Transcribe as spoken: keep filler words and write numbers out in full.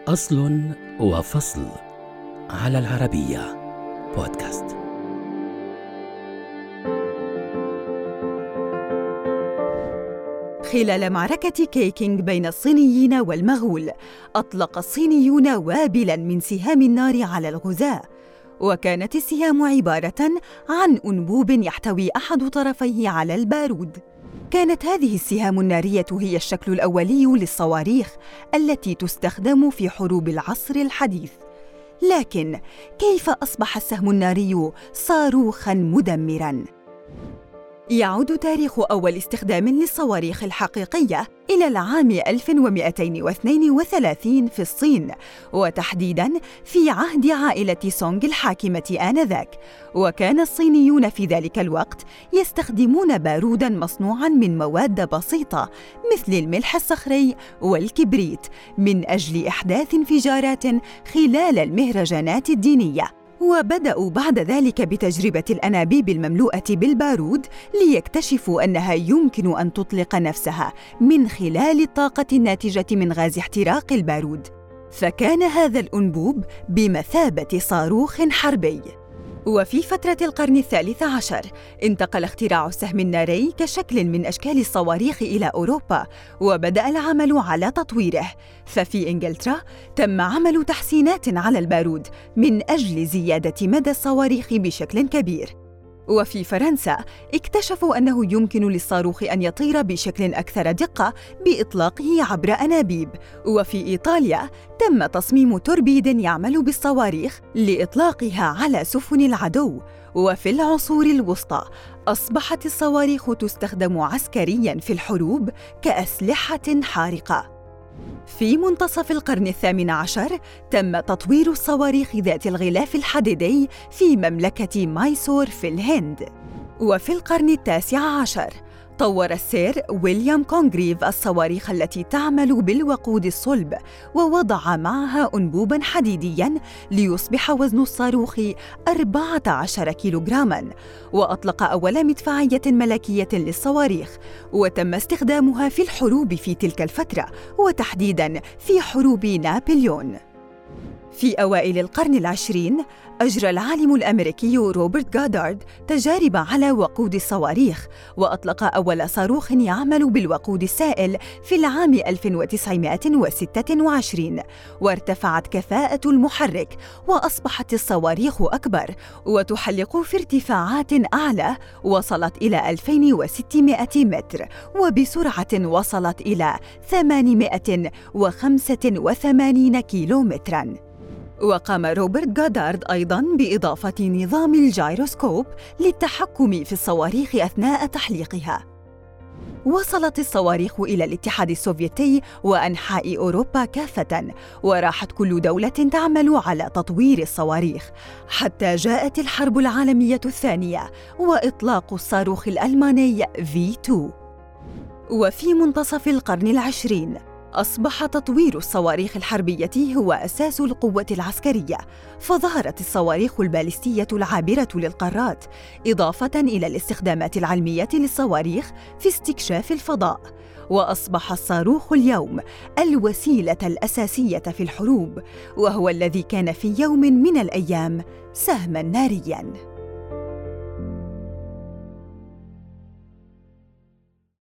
أصل وفصل على العربية بودكاست. خلال معركة كيكينغ بين الصينيين والمغول، أطلق الصينيون وابلاً من سهام النار على الغزاة، وكانت السهام عبارة عن أنبوب يحتوي أحد طرفيه على البارود. كانت هذه السهام النارية هي الشكل الأولي للصواريخ التي تستخدم في حروب العصر الحديث. لكن كيف أصبح السهم الناري صاروخاً مدمراً؟ يعود تاريخ أول استخدام للصواريخ الحقيقية إلى العام ألف ومئتين واثنين وثلاثين في الصين، وتحديداً في عهد عائلة سونغ الحاكمة آنذاك. وكان الصينيون في ذلك الوقت يستخدمون باروداً مصنوعاً من مواد بسيطة مثل الملح الصخري والكبريت من أجل إحداث انفجارات خلال المهرجانات الدينية. وبدأوا بعد ذلك بتجربة الأنابيب المملوءة بالبارود ليكتشفوا أنها يمكن أن تطلق نفسها من خلال الطاقة الناتجة من غاز احتراق البارود، فكان هذا الأنبوب بمثابة صاروخ حربي. وفي فترة القرن الثالث عشر انتقل اختراع السهم الناري كشكل من أشكال الصواريخ إلى أوروبا، وبدأ العمل على تطويره. ففي إنجلترا تم عمل تحسينات على البارود من أجل زيادة مدى الصواريخ بشكل كبير. وفي فرنسا اكتشفوا أنه يمكن للصاروخ أن يطير بشكل أكثر دقة بإطلاقه عبر أنابيب. وفي إيطاليا تم تصميم توربيد يعمل بالصواريخ لإطلاقها على سفن العدو. وفي العصور الوسطى أصبحت الصواريخ تستخدم عسكرياً في الحروب كأسلحة حارقة. في منتصف القرن الثامن عشر تم تطوير الصواريخ ذات الغلاف الحديدي في مملكة مايسور في الهند. وفي القرن التاسع عشر طور السير ويليام كونغريف الصواريخ التي تعمل بالوقود الصلب، ووضع معها أنبوباً حديدياً ليصبح وزن الصاروخ أربعة عشر كيلوغراماً. وأطلق أول مدفعية ملكية للصواريخ، وتم استخدامها في الحروب في تلك الفترة، وتحديداً في حروب نابليون. في أوائل القرن العشرين أجرى العالم الأمريكي روبرت غودارد تجارب على وقود الصواريخ، وأطلق أول صاروخ يعمل بالوقود السائل في العام ألف وتسعمائة وستة وعشرين، وارتفعت كفاءة المحرك وأصبحت الصواريخ أكبر وتحلق في ارتفاعات أعلى وصلت إلى ألفين وستمائة متر، وبسرعة وصلت إلى ثمانمائة وخمسة وثمانين كيلومتراً. وقام روبرت غودارد أيضاً بإضافة نظام الجايروسكوب للتحكم في الصواريخ أثناء تحليقها. وصلت الصواريخ إلى الاتحاد السوفيتي وأنحاء أوروبا كافةً، وراحت كل دولة تعمل على تطوير الصواريخ حتى جاءت الحرب العالمية الثانية وإطلاق الصاروخ الألماني في اثنين. وفي منتصف القرن العشرين أصبح تطوير الصواريخ الحربية هو أساس القوة العسكرية، فظهرت الصواريخ البالستية العابرة للقارات، إضافة إلى الاستخدامات العلمية للصواريخ في استكشاف الفضاء. وأصبح الصاروخ اليوم الوسيلة الأساسية في الحروب، وهو الذي كان في يوم من الأيام سهماً نارياً.